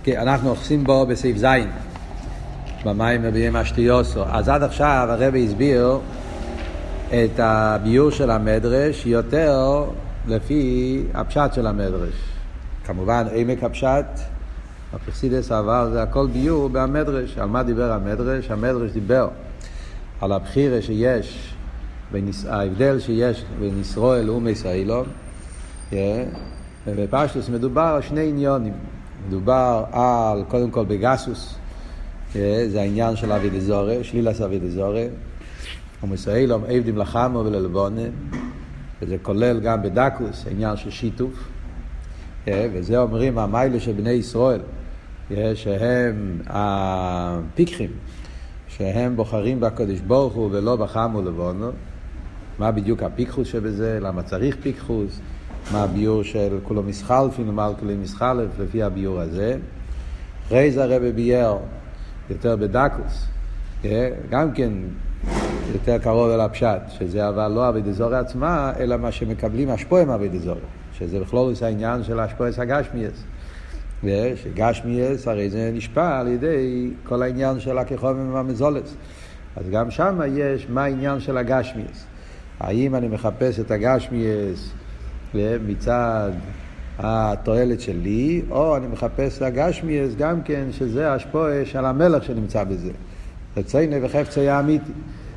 אנחנו עושים בו בסעיף זין, במים וביום השתיוסו. אז עד עכשיו הרב הסביר את הביור של המדרש יותר לפי הפשט של המדרש. כמובן עמק הפשט, הפרסידס עבר, זה הכל ביור במדרש. על מה דיבר המדרש? המדרש דיבר על הבחירה שיש, ההבדל שיש בין ישראל ומישראלון. ובפשטוס מדובר על שני עניונים. מדובר על, קודם כל בגסוס, זה העניין של אבי דזורי, שלילת אבי דזורי. ומישראלון עבדים לחמו וללבונה, וזה כולל גם בדקוס, העניין של שיתוף. וזה אומרים המיילה של בני ישראל, שהם הפיקחים, שהם בוחרים בקדוש ברוך הוא ולא בחמו ולבונו. מה בדיוק הפיקחוס שבזה? למה צריך פיקחוס? מה הביור של כולו מסחלפין ומה כולו מסחלף לפי הביור הזה? אחרי זה הרב בייר יותר בדקוס, גם כן יותר קרוב אל הפשט, שזה אבל לא אבי דזורי עצמה, אלא מה שמקבלים השפועה מאבי דזורי, שזה בכלול העניין של השפועה הגשמייס. שגשמייס הרי זה נשפע על ידי כל העניין של הכחומם והמזולס. אז גם שם יש מה העניין של הגשמייס. האם אני מחפש את הגשמייס מצד התועלת שלי, או אני מחפש הגשמייס גם כן שזה השפועה של המלך שנמצא בזה. רצינו וחפצי האמיתי.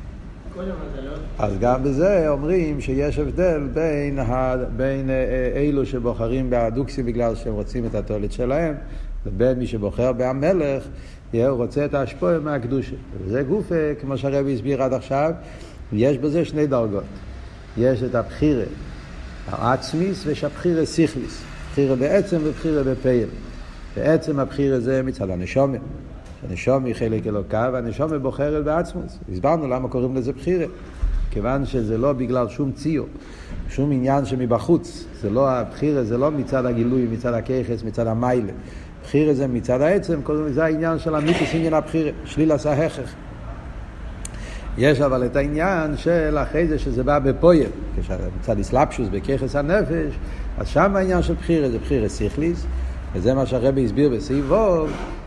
אז גם בזה אומרים שיש הבדל בין אילו שבוחרים באדוקסים בגלל שהם רוצים את התועלת שלהם, לבין מי שבוחר בהמלך, הוא רוצה את ההשפועה מהקדושה. וזה גוף, כמו שהרבי הסביר עד עכשיו, יש בזה שני דרגות. יש את הבחירה העצמיס ויש הבחירה סיכליס. בחירה בעצם ובחירה בפעיל. בעצם הבחירה זה מצד הנשמה. הנשמה היא חלק אלוקה, והנשמה בוחרת בעצמוס. הסברנו למה קוראים לזה בחירה. כיוון שזה לא בגלל שום ציור, שום עניין שמבחוץ. זה לא, הבחירה זה לא מצד הגילוי, מצד הכיחס, מצד המיילה. בחירה זה מצד העצם, קוראים לזה העניין של המיתוס עניין הבחירה, שליל עשה הכרח. יש אבל את העניין של אחרי זה שזה בא בפויר, מצד אסלאפשוס, בכיחס הנפש, אז שם העניין של בחירה זה בחירה סיכליס, וזה מה שהרבי הסביר בסעיבו,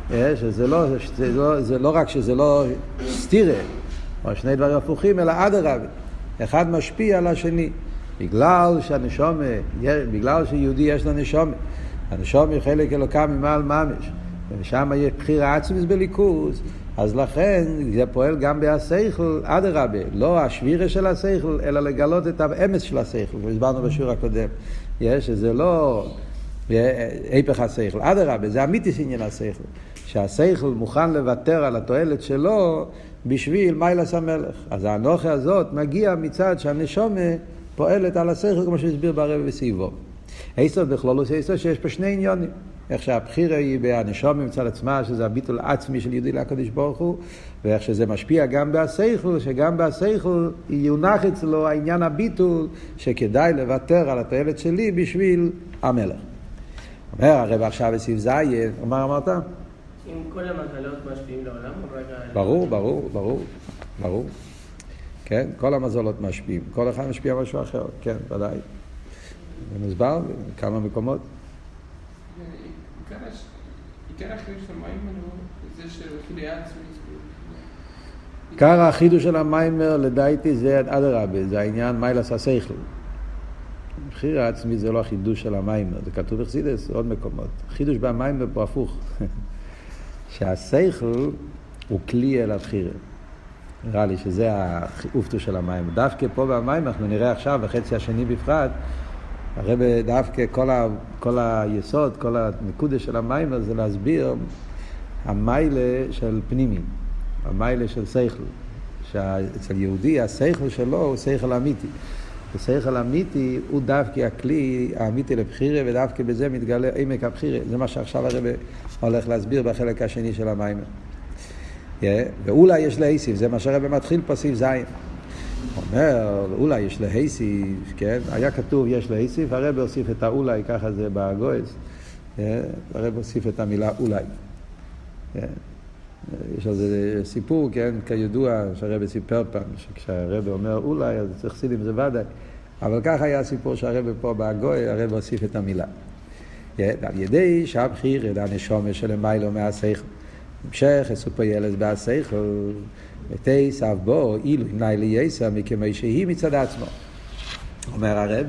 זה לא רק שזה לא סתירה, או שני דברים הפוכים, אלא אדרבה. אחד משפיע על השני. בגלל שיהודי יש לו נשמה. הנשמה היא חלק אלוקה ממעל ממש. ושם יש בחירה עצמית בליכוז. אז לכן זה פועל גם בהשכל, אדרבה. לא השבירה של השכל, אלא לגלות את האמץ של השכל. והסברנו בשיעור הקודם. שזה לא היפך השכל. אדרבה, זה אמיתיס עניין השכל. שהשכל מוכן לוותר על התועלת שלו בשביל מיילס המלך. אז האנוכה הזאת מגיע מצד שהנשמה פועלת על השכל, כמו שהסביר ברב בסעיבו. היסוד בכלולוס היסוד שיש פה שני עניונים. איך שהבחירה היא בהנשמה מצד עצמה, שזה הביטול עצמי של יהודי לקדוש ברוך הוא, ואיך שזה משפיע גם בהשכל, שגם בהשכל יונח אצלו העניין הביטול, שכדאי לוותר על התועלת שלי בשביל המלך. אומר הרב עכשיו בסעיף זין, מה אמרת? אם כל המזלות משפיעים לעולם, ברור. כן, כל המזלות משפיעים. כל אחד משפיע משהו אחר. כן, ודאי. זה מוסבר בכמה מקומות. עיקר החידוש של המיימר זה שלפי עצמי. עיקר החידוש של המיימר לדעתי זה אדרבה, זה העניין מיילס השכל. בחירה עצמית זה לא החידוש של המיימר, זה כתוב בחסידות עוד מקומות. החידוש במיימר פה הפוך. שהשכל הוא כלי אל הבחירה. נראה לי שזה האופטו של המים. דווקא פה במים אנחנו נראה עכשיו, בחצי השני בפרט, הרב דווקא כל היסוד, כל הנקודה של המים זה להסביר המיילה של פנימי, המיילה של שכל. שאצל יהודי השכל שלו הוא שכל אמיתי. השכל אמיתי הוא דווקא הכלי האמיתי לבחירה, ודווקא בזה מתגלה עמק הבחירה. זה מה שעכשיו הרב הולך להסביר בחלק השני של המים. ואולי יש להיסיף, זה מה שהרב מתחיל פה סעיף זין. אומר, אולי יש להיסיף, כן? היה כתוב יש להיסיף, הרב הוסיף את האולי, ככה זה באגויס. הרב הוסיף את המילה אולי. יש על זה סיפור, כן? כידוע שהרב סיפר פעם, שכשהרב אומר אולי, אז צריך סילים זה ודאי. אבל ככה היה הסיפור שהרב פה באגוי, הרב הוסיף את המילה. על ידי שהבחירה דהנשומה שלמיילו מהשכל המשך עשו פה ילד בהשכל ותסב בו אילו נאי לייסר מכמי שהיא מצד עצמו. אומר הרב,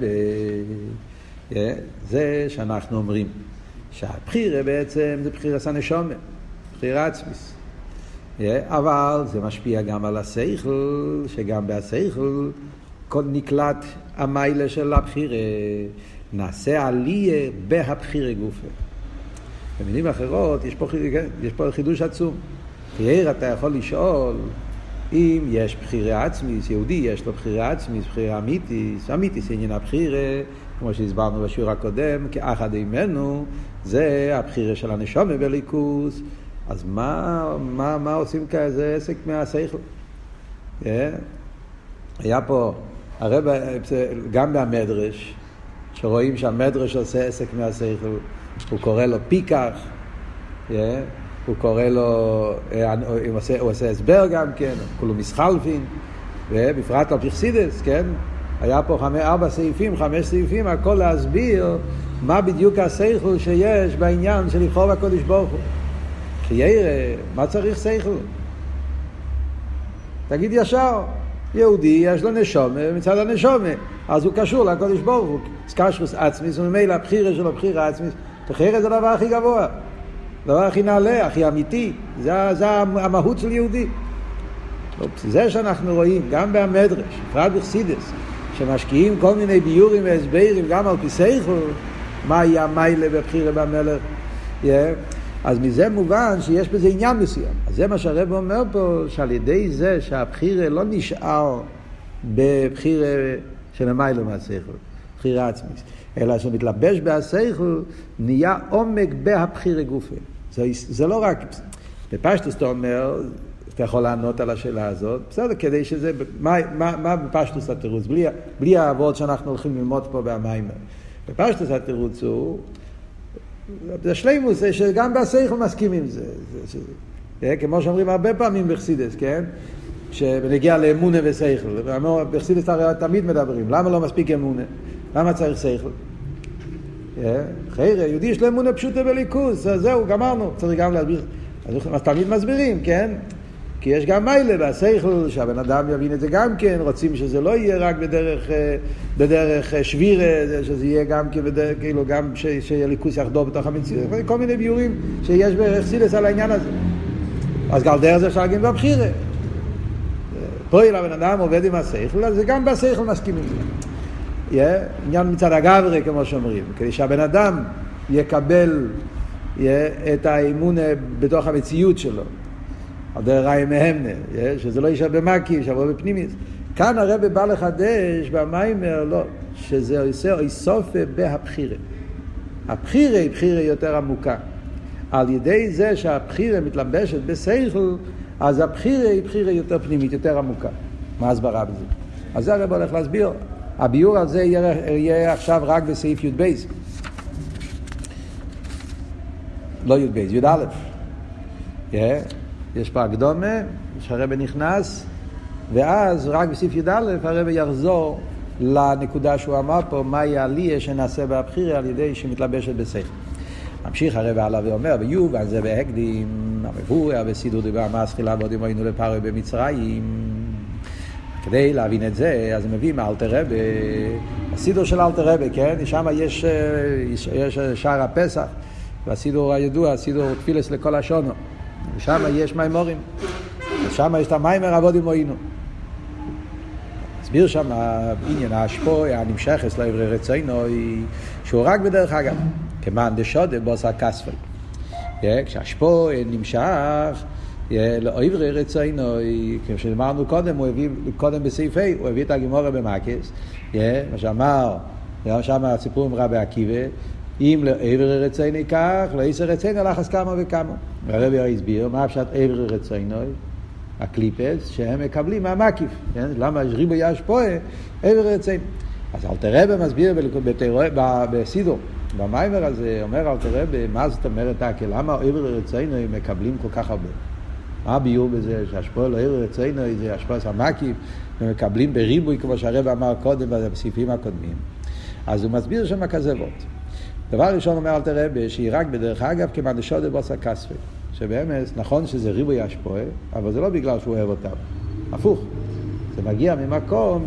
זה שאנחנו אומרים שהבחירה בעצם זה בחירת הנשומה, בחירה עצמית, אבל זה משפיע גם על השכל, שגם בהשכל כל נקלט המיילה של הבחירה, נעשה עלייה בהבחירה גופה. במילים אחרות יש פה חידוש עצום. תראה, אתה יכול לשאול אם יש בחירה עצמית, יהודי יש לו בחירה עצמית, בחירה אמיתית, אמיתית זה עניין הבחירה, כמו שהסברנו בשיעור הקודם, כאחד עמנו, זה הבחירה של הנשמה בליכוס. אז מה עושים כזה עסק מהשכל? היה פה, הרי גם במדרש, שרואים שהמדרש עושה עסק מהשכל, הוא קורא לו פיקח, הוא קורא לו, הוא עושה הסבר גם כן, כולו מסחלפין, ובפרט על פרסידס, כן? היה פה 5 סעיפים, הכל להסביר מה בדיוק השכל שיש בעניין של לבחור בקודש ברוך הוא. כי יראה, מה צריך שכל? תגיד ישר, יהודי יש לו נשומה, מצד הנשומה, אז הוא קשור לקודש ברוך הוא. קשרוס עצמיס, וממילא הבחירה שלו, בחירה עצמיס, תחירה זה הדבר הכי גבוה, הדבר הכי נעלה, הכי אמיתי, זה המהות של יהודי. זה שאנחנו רואים, גם במדרש, בפרט בחסידות, שמשקיעים כל מיני ביורים והסברים, גם על פי שכל, מה יהיה המיילה בבחירה במלך, אז מזה מובן שיש בזה עניין מסוים. אז זה מה שהרב אומר פה, שעל ידי זה שהבחירה לא נשאר בבחירה של המיילה מהשכל, בחירה עצמית, אלא שמתלבש בהשכל, נהיה עומק בהבחירה גופה. זה לא רק, בפשטוס אתה אומר, אתה יכול לענות על השאלה הזאת, בסדר, כדי שזה, מה בפשטוס התירוץ? בלי העבוד שאנחנו הולכים ללמוד פה במיימר. בפשטוס התירוץ הוא, זה שלימוס, זה שגם בהשכל מסכימים זה. כמו שאומרים הרבה פעמים בחסידות, כן? שנגיע לאמונה ושכל. בחסידות הרי תמיד מדברים, למה לא מספיק אמונה? למה צריך שכל? חיירה, יהודי יש לו אמונה פשוטה בליכוס, אז זהו, גמרנו, צריך גם להסביר. אז תמיד מסבירים, כן? כי יש גם מיילה והשכל, שהבן אדם יבין את זה גם כן, רוצים שזה לא יהיה רק בדרך שבירה, שזה יהיה גם כאילו גם שיהיה ליכוס יחדור בתוך המציאות, כל מיני ביורים שיש בחסידות על העניין הזה. אז גם דרך זה אפשר להגיד בבחירה. פה לבן אדם עובד עם השכל, אז זה גם בשכל מסכימים. עניין מצד הגברי, כמו שאומרים, כדי שהבן אדם יקבל את האמון בתוך המציאות שלו. על דרך ראי מהמנה, שזה לא יישאר במקיף, שבוא בפנימית. כאן הרב בא לחדש במיימר, לא, שזה עושה איסופה בהבחירה. הבחירה היא בחירה יותר עמוקה. על ידי זה שהבחירה מתלבשת בשכל, אז הבחירה היא בחירה יותר פנימית, יותר עמוקה. מה הסברה בזה? אז זה הרב הולך להסביר. הביור על זה יהיה עכשיו רק בסעיף י' בייס. לא י' בייס, י' א'. יש פה הקדומה, שהרבא נכנס, ואז רק בסעיף י' א' הרבא יחזור לנקודה שהוא אמר פה, מה יעליה שנעשה בהבחירה על ידי שמתלבשת בשכל. ממשיך הרבא עליו ואומר, ויובן זה בהקדים, המבואר בסידור דבר מסחילה ועודים היינו לפרעה במצרים. כדי להבין את זה, אז מביא מאלתר רבי, הסידור של אלתר רבי, כן? שם יש שער הפסח, והסידור הידוע, הסידור תפילס לכל השונו. ושם יש מיימורים, ושם יש את המיימר עבודים היינו. הסביר שם העניין ההשפוע, הנמשכת לעברי רצינו, שהוא רק בדרך אגב, כמען דשודה בוסה כספל. כשהשפוע נמשך, לעברי רצינו, כמו שאמרנו קודם, הוא הביא, קודם בסעיף A, הוא הביא את הגמורה במקס, מה שאמר, שם הסיפור עם רבי עקיבא, אם לעברי רצינו כך, לא יסר רצינו, הלך כמה וכמה. והרבי הסביר, מה פשט עברי רצינו, הקליפס, שהם מקבלים מהמקיף. למה יש ריבוי השפוע, עברי רצינו. אז אלתר רבי מסביר בסידור, במיימר הזה, אומר אלתר רבי, מה זאת אומרת, למה עברי רצינו הם מקבלים כל כך הרבה? מה הביור בזה? שהשפוע לא עברי רצינו, זה השפוע המקיף, ומקבלים בריבוי, כמו שהרבי אמר קודם, בסעיפים הקודמים. אז הוא מסביר שם כזה וort. דבר ראשון אומר אלתר רבי, שהיא רק בדרך אגב כמעט דשודו בוסר כספי. שבאמת, נכון שזה ריבוי השפועה, אבל זה לא בגלל שהוא אוהב אותם. הפוך. זה מגיע ממקום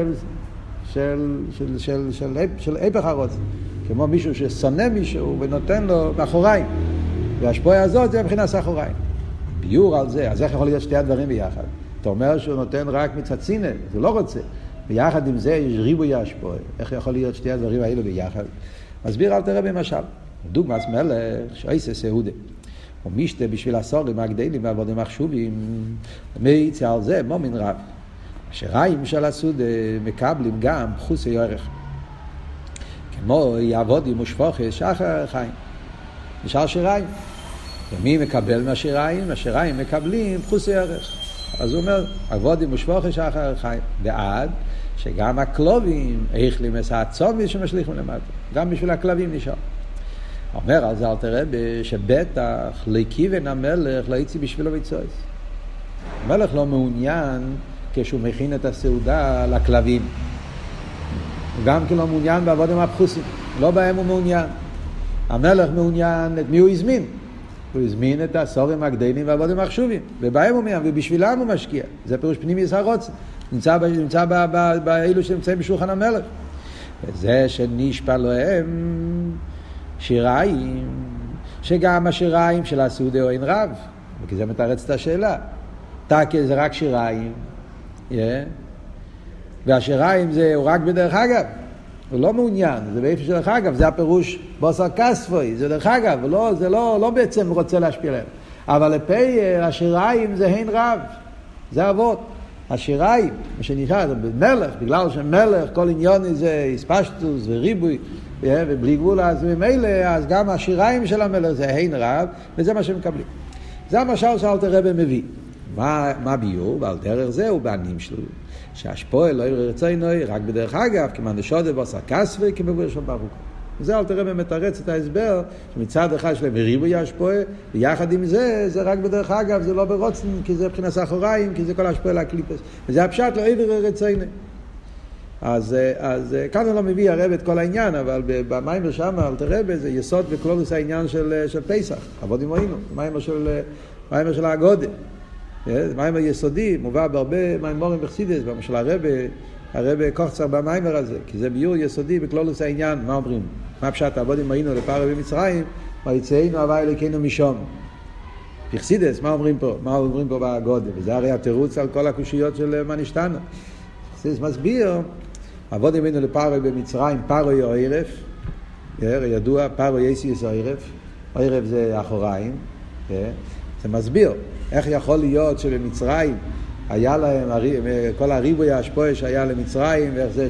של היפך הרוצן. כמו מישהו ששונא מישהו ונותן לו מאחוריים. והשפועה הזאת זה מבחינת אחוריים. ביור על זה, אז איך יכול להיות שתי הדברים ביחד? אתה אומר שהוא נותן רק מצד סינא, הוא לא רוצה. ביחד עם זה יש ריבוי השפועה. איך יכול להיות שתי הדברים האלו ביחד? מסביר אלתר רבי משל. דוגמת מלך שעושה סעודה. או משתה בשביל הסורים הגדלים ועבודים מחשובים. ומייצא על זה מומין רב. השיריים של הסעודה מקבלים גם חוסי ערך. כמו יעבודים ושפוכס שחר חיים. נשאר שיריים. ומי מקבל מהשיריים? השיריים מקבלים חוסי ערך. אז הוא אומר, עבודים ושפוכס שחר חיים. ועד שגם הכלובים, איכלים את העצומים שמשליכים למטה. גם בשביל הכלבים נשאר. אומר על זה אלתר רבי, שבטח לא כיוון המלך לא יצא בשבילו מצווה. המלך לא מעוניין כשהוא מכין את הסעודה לכלבים. הוא גם כן לא מעוניין בעבודים הפחוסים. לא בהם הוא מעוניין. המלך מעוניין את מי הוא הזמין. הוא הזמין את הסורים הגדלים ועבודים מחשובים. ובהם הוא מעוניין, ובשבילם הוא משקיע. זה פירוש פנימי הרוצן. נמצא באלו שנמצאים בשולחן המלך. וזה שנשפע להם שיריים, שגם השיריים של הסעודה הוא אין רב. וכי זה מתרץ את השאלה. תקה זה רק שיריים. והשיריים זה הוא רק בדרך אגב. הוא לא מעוניין, זה באיפה של דרך אגב. זה הפירוש בוסר כספוי. זה דרך אגב. זה לא בעצם רוצה להשפיע להם. אבל לפי השיריים זה אין רב. זה אבות. השיריים, מה שנשאר, מלך, בגלל שמלך, כל עניון זה הספשטוס וריבוי, ובלי גבול, אז ממילא, אז גם השיריים של המלך זה אין רב, וזה מה שמקבלים. זה המשל שאלתר רבי מביא. מה ביור? ועל דרך זה הוא בענים שלו, שהשפועה לא ירציינו, רק בדרך אגב, כמעט נשודה בוסר כספי, כמבואר שם ברוך. וזה אלתר רבי מתרץ את ההסבר, שמצד אחד שלהם ריבוי השפועה, ויחד עם זה, זה רק בדרך אגב, זה לא ברוצן, כי זה מבחינת אחוריים, כי זה כל השפועה לקליפס. וזה הפשט לא עבר רציינו. אז כאן הוא לא מביא הרב את כל העניין, אבל במיימר שם, אלתר רבי, זה יסוד וכלולוס העניין של פסח, עבודים ראינו, מיימר של האגודה. זה מיימר יסודי, מובא בהרבה מיימורים בחסידות, של הרב קוחצר במיימר הזה, כי זה ביור יסודי בכלולוס העניין. מה אומרים? מה פשט עבודים ראינו לפרעה במצרים, ויצאנו הווה אלוקינו משום. בחסידות, מה אומרים פה? מה אומרים פה באגודה? וזה הרי התירוץ על כל הקושיות של מה נשתנה. בחסידות מסביר, עבודים ראינו לפרעה במצרים, פרעה יערף, ידוע, פרעה יסיס ערף, ערף זה אחוריים, זה מסביר. איך יכול להיות שבמצרים היה להם, כל הריבוי השפועה שהיה למצרים, ואיך זה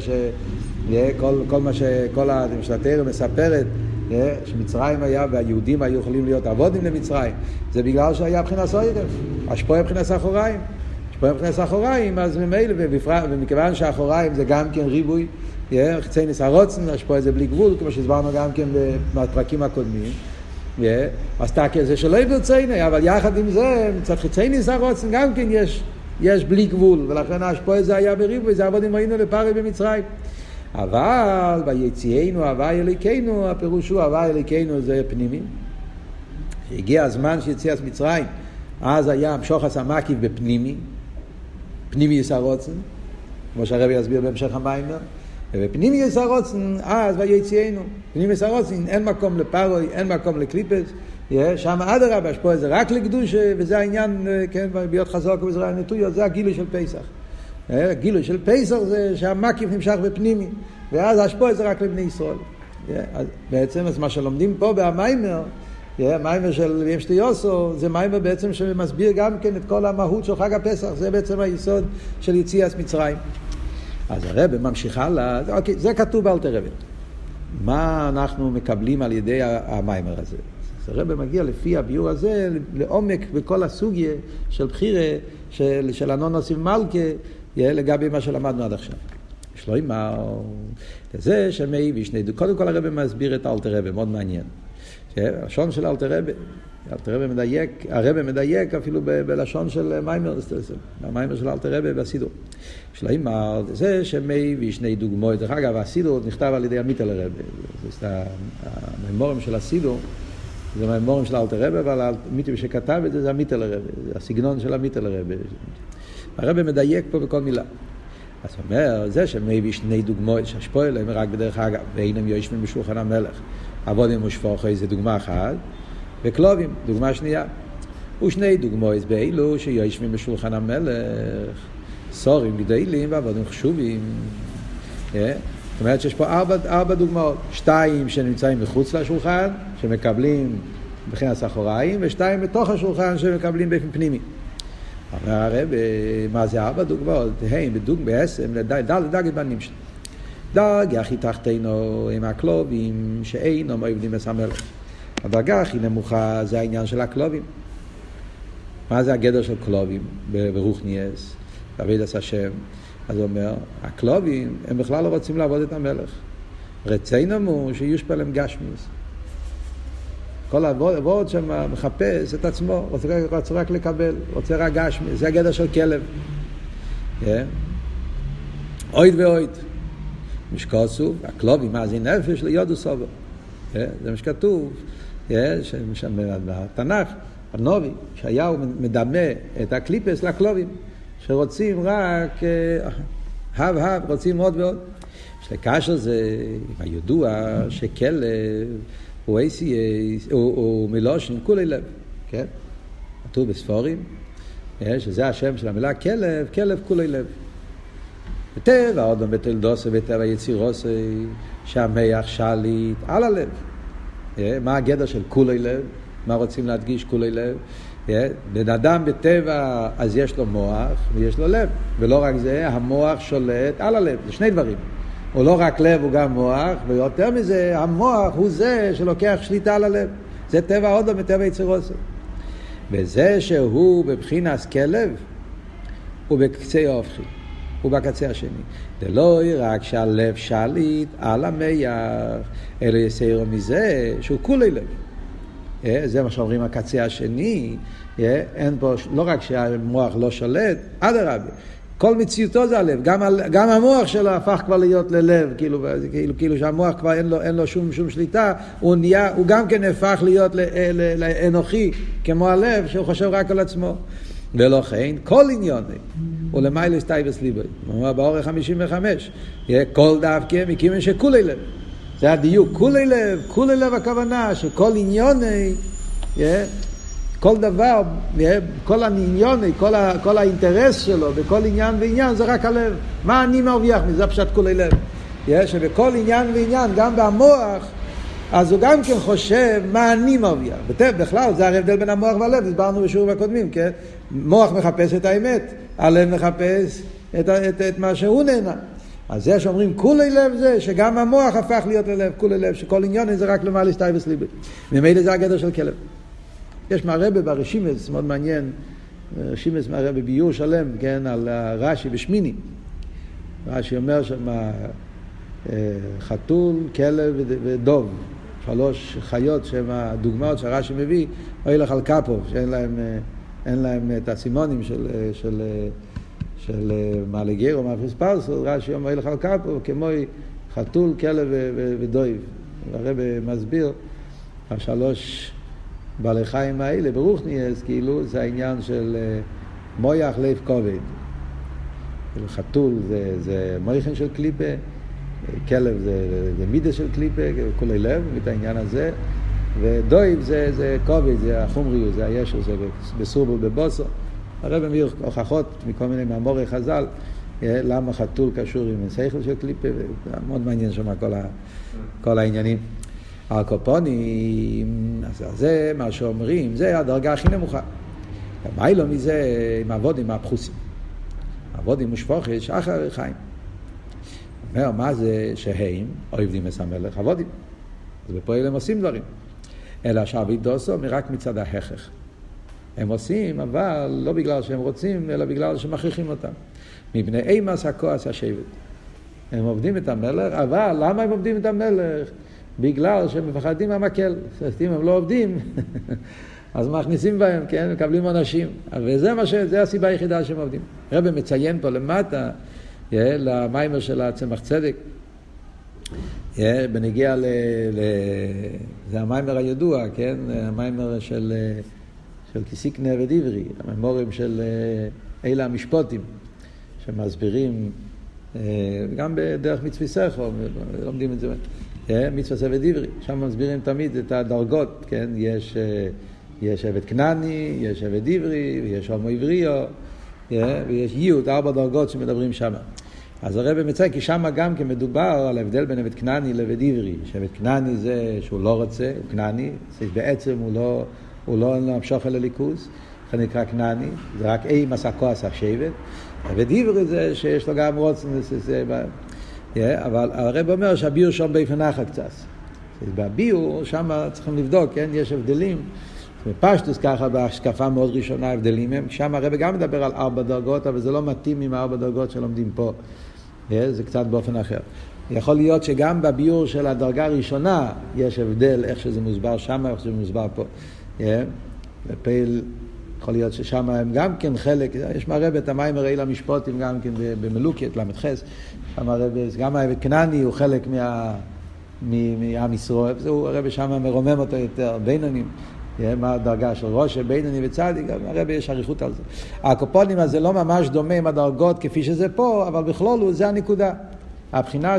כל מה שכל המשלתר מספרת, שמצרים היה והיהודים היו יכולים להיות עבודים למצרים, זה בגלל שהיה בחינת ערף, השפועה בחינת אחוריים. השפועה בחינת אחוריים, אז ממילא, ומכיוון שהאחוריים זה גם כן ריבוי, חיצי נסרוצן, השפועה זה בלי גבול, כמו שהסברנו גם כן בפרקים הקודמים. אז תקה זה שלא יברצייני, אבל יחד עם זה, מצד חיצי נסרוצן גם כן יש בלי גבול, ולכן השפועה זה היה בריבוי, זה עבודים ראינו לפרעה במצרים. אבל ביציאנו הווה אלוקינו, הפירוש הוא הווה אלוקינו זה פנימי. הגיע הזמן שיציאת מצרים, אז היה המשוחס המקיף בפנימי, פנימי יסרוצן, כמו שהרבי יסביר בהמשך המיימר, ובפנימי יסרוצן, אז ביציאנו, פנימי יסרוצן, אין מקום לפרעה, אין מקום לקליפס, שם אדרבה, השפועה זה רק לקדושה, וזה העניין, כן, ביות חזוק ובזרוע נטויות, זה הגילוי של פסח. הגילוי של פסח זה שהמקיף נמשך בפנימי, ואז השפועה זה רק לבני ישראל. בעצם, אז מה שלומדים פה במיימר, המיימר של ים שטיוסו, זה מיימר בעצם שמסביר גם כן את כל המהות של חג הפסח, זה בעצם היסוד של יציאת מצרים. אז הרב ממשיך הלאה, אוקיי, זה כתוב באלתר רבי. מה אנחנו מקבלים על ידי המיימר הזה? אז הרב מגיע לפי הביור הזה לעומק בכל הסוגיה של בחירה של הנונוס ומלכה לגבי מה שלמדנו עד עכשיו. יש לו אימר, זה שמי וישני, קודם כל הרב מסביר את האלתר רבי, מאוד מעניין. השון של אלתר רבי, אלתר רבי מדייק, הרבי מדייק אפילו בלשון של מיימר, במיימר של אלתר רבי בסידור. של האמר, זה שמביא שני דוגמאות. דרך אגב, הסידור נכתב על ידי המיטל הרבי. זה המיימורים של הסידור, זה המיימורים של אלתר רבי, אבל מי שכתב את זה זה המיטל הרבי, זה הסגנון של המיטל הרבי. הרבי מדייק פה בכל מילה. אז אומר, זה שמביא שני דוגמאות, שהשפועל הם רק בדרך אגב, ואינם יושבים בשולחן המלך. עבודים ושפוחי זה דוגמה אחת, וכלובים, דוגמה שנייה. ושני דוגמאות באלו שיושבים בשולחן המלך, סורים גדולים ועבודים חשובים. זאת אומרת שיש פה ארבע דוגמאות. 2 שנמצאים מחוץ לשולחן, שמקבלים בחינת אחוריים, ו2 בתוך השולחן שמקבלים באופן פנימי. אומר הרב, מה זה 4 דוגמאות? הם בדוגמה בעצם לדרגת בנים שלו. דרגה הכי תחתינו עם הכלובים שאינם עובדים בסמלך. הדרגה הכי נמוכה זה העניין של הכלובים. מה זה הגדר של כלובים ברוחניאס, בעבודת השם? אז הוא אומר, הכלובים הם בכלל לא רוצים לעבוד את המלך. רצינו הוא שיושפע להם גשמיוס. כל העבוד שם מחפש את עצמו, רוצה רק לקבל, רוצה רק גשמיוס. זה הגדר של כלב. אויד ואויד. משקוסו, הכלובים, מה זה נפש ליודו סובו. זה מה שכתוב, בתנ"ך, הנובי, שהיהו מדמה את הקליפס לכלובים, שרוצים רק הב, רוצים עוד ועוד. שלקשר זה עם הידוע שכלב הוא ACA, הוא מלושן כולי לב, כן? כתוב בספורים, שזה השם של המילה כלב, כלב כולי לב. בטבע, עוד בתולדוסי, בטבע יצירוסי, שהמח שליט על הלב. מה הגדר של כולי לב? מה רוצים להדגיש כולי לב? בן אדם בטבע, אז יש לו מוח ויש לו לב. ולא רק זה, המוח שולט על הלב. זה שני דברים. הוא לא רק לב, הוא גם מוח, ויותר מזה, המוח הוא זה שלוקח שליטה על הלב. זה טבע עוד בטבע יצירוסי. וזה שהוא בבחינת כלב, הוא בקצה ההופכי. הוא בקצה השני. זה לא רק שהלב שליט על המח, אלא יסיירו מזה שהוא כולי לב. זה מה שאומרים הקצה השני. אין פה, לא רק שהמוח לא שולט, אדרבה. כל מציאותו זה הלב. גם המוח שלו הפך כבר להיות ללב, כאילו שהמוח כבר אין לו שום שליטה, הוא גם כן הפך להיות לאנוכי, כמו הלב, שהוא חושב רק על עצמו. ולכן, כל עניון ולמעלה סטייבס ליבוי. הוא אומר באורך 55. כל דווקא מכיוון שכולי לב. זה הדיוק. כולי לב הכוונה שכל עניוני, כל דבר, כל העניוני, כל האינטרס שלו, בכל עניין ועניין, זה רק הלב. מה אני מרוויח מזה? זה פשוט כולי לב. שבכל עניין ועניין, גם במוח, אז הוא גם כן חושב מה אני מרוויח. בכלל, זה ההבדל בין המוח והלב, הסברנו בשיעורים הקודמים, כן? מוח מחפש את האמת, הלב מחפש את מה שהוא נהנה. אז זה שאומרים כולי לב זה, שגם המוח הפך להיות ללב, כולי לב, שכל עניין זה רק למעלה סטייבס ליבי. ממילא זה הגדר של כלב. יש מהרבא ברשימס, מאוד מעניין, רשימס מהרבא ביור שלם, כן, על רש"י בשמיני. רש"י אומר שמה חתול, כלב ודוב. 3 חיות שהן הדוגמאות שהרש"י מביא, או ילך על קפוב, שאין להם את הסימונים של מעלגר או מאפריס פרסו, רש"י אומר ילך על קפוב, כמו חתול, כלב ודויב. הרב מסביר, 3 בעלי חיים האלה, ברוחניאס, כאילו זה העניין של מויח לב כובד. חתול זה מויכן של קליפה, כלב זה מידה של קליפה, כולי לב, את העניין הזה, ודויב זה כובד, זה החומריות, זה הישר, זה בסורבו בבוסו. הרב מביא הוכחות מכל מיני מאמורי חז"ל, למה חתול קשור עם שכל של קליפה, מאוד מעניין שם כל העניינים. הקופונים, אז זה מה שאומרים, זה הדרגה הכי נמוכה. מה לא מזה עם עבודים הפחוסים? עבודים ושפוחת, שחר חיים. אומר, מה זה שהם עובדים את המלך? עבודים. אז בפועל הם עושים דברים. אלא שהעביד עושה רק מצד ההכרח. הם עושים, אבל לא בגלל שהם רוצים, אלא בגלל שמכריחים אותם. מפני אימס הכועס השבט. הם עובדים את המלך, אבל למה הם עובדים את המלך? בגלל שהם מפחדים מהמקל. אם הם לא עובדים, אז מכניסים בהם, כן, מקבלים עונשים. זה הסיבה היחידה שהם עובדים. הרב מציין פה למטה, למיימר של הצמח צדק, בנגיע זה המיימר הידוע, כן, המיימר של קיסיקנה ודיברי, המיימורים של אלה המשפוטים, שמסבירים, גם בדרך מצווה סכו, לומדים את זה, מצווה סכו ודיברי, שם מסבירים תמיד את הדרגות, כן, יש עבד כנעני, יש עבד דיברי, ויש הומו עבריו, ויש יוד, 4 דרגות שמדברים שם. אז הרב מציין, כי שם גם כן מדובר על ההבדל בין עבד כנעני לעבד עברי, שעבד כנעני זה שהוא לא רוצה, הוא כנעני, בעצם הוא לא המשוך אל הליכוז, זה נקרא כנעני, זה רק אי מסעקו עשה שבט. עבד עברי זה שיש לו גם רוצן, אבל הרב אומר שהביור שם באופן אחר קצת. בביור שם צריכים לבדוק, כן? יש הבדלים. בפשטוס ככה, בהשקפה מאוד ראשונה הבדלים הם, שם הרב גם מדבר על 4 דרגות, אבל זה לא מתאים עם 4 דרגות שלומדים פה. זה קצת באופן אחר. יכול להיות שגם בביור של הדרגה הראשונה יש הבדל איך שזה מוסבר שם, איך שזה מוסבר פה. בפעיל יכול להיות ששם הם גם כן חלק, יש מהרב את המיימר אלה המשפוטים גם כן במלוקת, למתחס, שם הרב, גם הרב כנעני הוא חלק מעם ישראל, זהו הרב שם מרומם אותו יותר, בינונים, מה הדרגה של ראש, בינוני וצדיק, הרב יש עריכות על זה. הקופונים הזה לא ממש דומה עם הדרגות כפי שזה פה, אבל בכלול זה הנקודה. הבחינה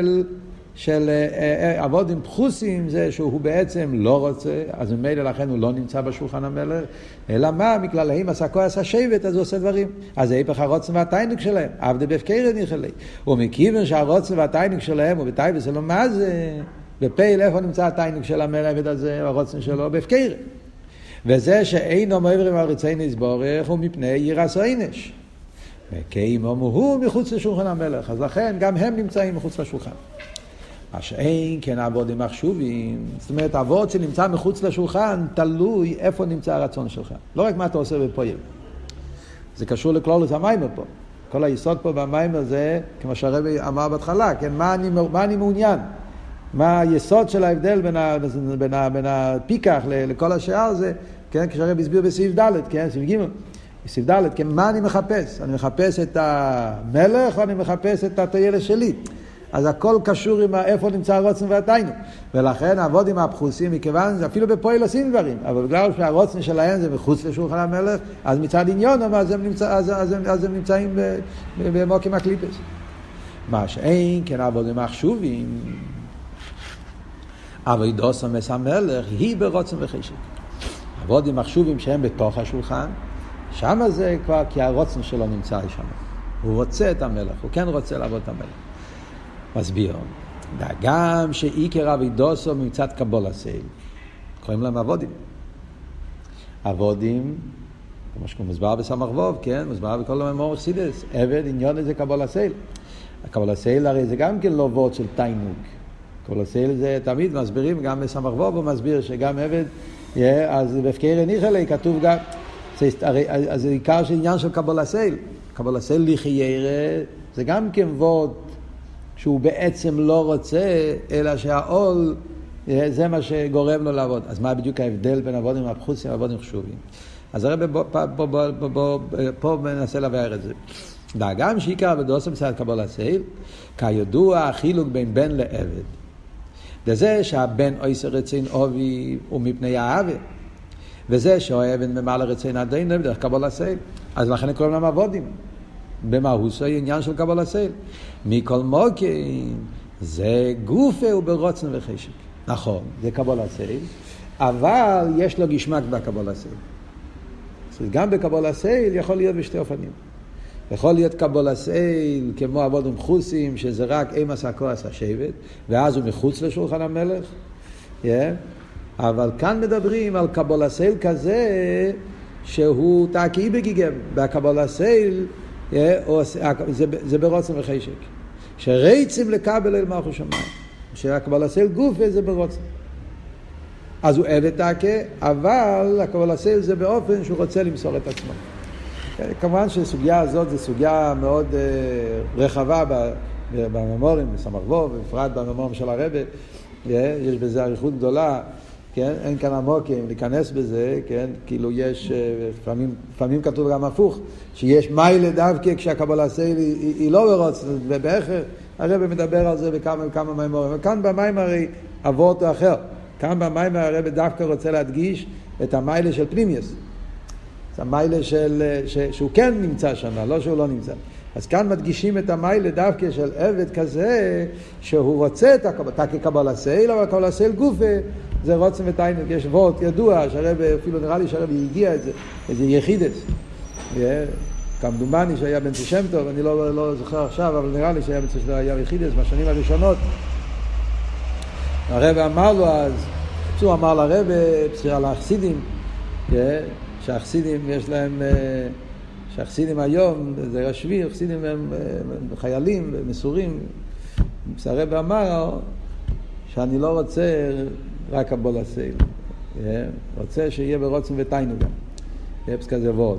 של עבודים פחוסים זה שהוא בעצם לא רוצה, אז ממילא לכן הוא לא נמצא בשולחן המלך, אלא מה? מכללהם עסקו עשה שבט, אז הוא עושה דברים. אז זה היפך הרוצן והתיינוק שלהם, עבדי בהפקר ניחלי. ומכיוון שהרוצן והתיינוק שלהם, ובתאי וזה לא מה זה, בפעיל איפה נמצא התיינוק של המלך הזה, הרוצן שלו, בהפקר. וזה שאינו מעברים על רצי נסבורך, הוא מפני ירס העינש. וכאימו הוא מחוץ לשולחן המלך, אז לכן גם הם נמצאים מחוץ לשולחן. מה שאין כן עבודים מחשובים, זאת אומרת, עבוד שנמצא מחוץ לשולחן, תלוי איפה נמצא הרצון שלך. לא רק מה אתה עושה בפועל. זה קשור לכלולת המיימר פה. כל היסוד פה במיימר זה, כמו שהרבי אמר בהתחלה, כן, מה אני מעוניין? מה היסוד של ההבדל בין הפיקח לכל השאר זה, כן, כשהרבי הסביר בסעיף ד', כן, סעיף ג', בסעיף ד', כן, מה אני מחפש? אני מחפש את המלך או אני מחפש את הטיילת שלי? אז הכל קשור עם איפה נמצא הרוצן והתיינוק. ולכן עבוד עם הפחוסים, מכיוון אפילו בפועל עושים דברים, אבל בגלל שהרוצן שלהם זה מחוץ לשולחן המלך, אז מצד עניון, אז הם נמצאים במוקים הקליפס. מה שאין, כן עבוד עם מחשובים, אבל דוסו מס המלך היא ברוצן וחשק. עבוד עם מחשובים שהם בתוך השולחן, שם זה כבר כי הרוצן שלו נמצא שם. הוא רוצה את המלך, הוא כן רוצה לעבוד את המלך. מסביר, גם שעיקר אבידוסו מצד קבול הסייל, קוראים להם עבודים. עבודים, כמו שמוסבר בסמך ווב, כן, מוסבר בכל המאמר חסידס, עבד עניון זה קבול הסייל. הקבול הסייל הרי זה גם כן לא וורד של תיינוק. קבול הסייל זה תמיד מסבירים, גם בסמך ווב הוא מסביר שגם עבד, אז בהפקר ניחלי כתוב גם, אז זה עיקר של עניין של קבול הסייל. קבול הסייל לחיירה, זה גם כן וורד, שהוא בעצם לא רוצה, אלא שהעול, זה מה שגורם לו לעבוד. אז מה בדיוק ההבדל בין עבודים הפחוסים ועבודים חשובים? אז הרב פה מנסה לבאר את זה. גם שעיקר עבודוסו מצד קבול הסייל, כידוע החילוק בין בן לעבד. זה שהבן עושה רצין אובי ומפני האהבה, וזה שהעבד ממלא רצין הדין דרך קבול הסייל. אז לכן קוראים להם עבודים. במהות זה עניין של קבול הסייל. מכל מוקים זה גופה וברוצן וחשק. נכון, זה קבול הסייל, אבל יש לו גשמק בקבול הסייל. גם בקבול הסייל יכול להיות בשתי אופנים. יכול להיות קבול הסייל כמו עבודים חוסים, שזה רק אמס הכועס השבט, ואז הוא מחוץ לשולחן המלך. אבל כאן מדברים על קבול הסייל כזה, שהוא תעקי בגיגם. בקבול הסייל זה ברוצן וחשק. שרצים לקבל אל מלכות שמיים. שהקבל הסייל גוף זה ברוצן. אז הוא עבד תעקה, אבל הקבל הסייל זה באופן שהוא רוצה למסור את עצמו. כמובן שהסוגיה הזאת זו סוגיה מאוד רחבה בממורים, בסמך ווב, בפרט בממורים של הרבי. יש בזה עריכות גדולה. כן? אין כאן עמוקים להיכנס בזה, כן? כאילו יש, לפעמים כתוב גם הפוך, שיש מיילה דווקא כשהקבלה סייל היא לא ברוצן, ובערך הרב מדבר על זה בכמה מימורים, וכאן במים הרי אבות אחר, כאן במים הרב דווקא רוצה להדגיש את המיילה של פנימיוס, את המיילה שהוא כן נמצא שם, לא שהוא לא נמצא. אז כאן מדגישים את המיילה דווקא של עבד כזה, שהוא רוצה את הקבלה, כקבלה סייל, אבל הקבלה סייל גופה, זה רוצן ותיינוק. יש וורט ידוע, שהרב, אפילו נראה לי שהרב הגיע את זה, איזה יחידס. כמדומני שהיה בן שם טוב, אני לא זוכר עכשיו, אבל נראה לי שהיה בן שם יחידס בשנים הראשונות. הרב אמר לו אז, הוא אמר לרב, על החסידים, שהחסידים יש להם, שהחסידים היום, זה רשבי, החסידים הם חיילים ומסורים. הרב אמר שאני לא רוצה רק קבלה סייל, רוצה שיהיה ברוצן ותיינוק גם. יפס כזה וורט,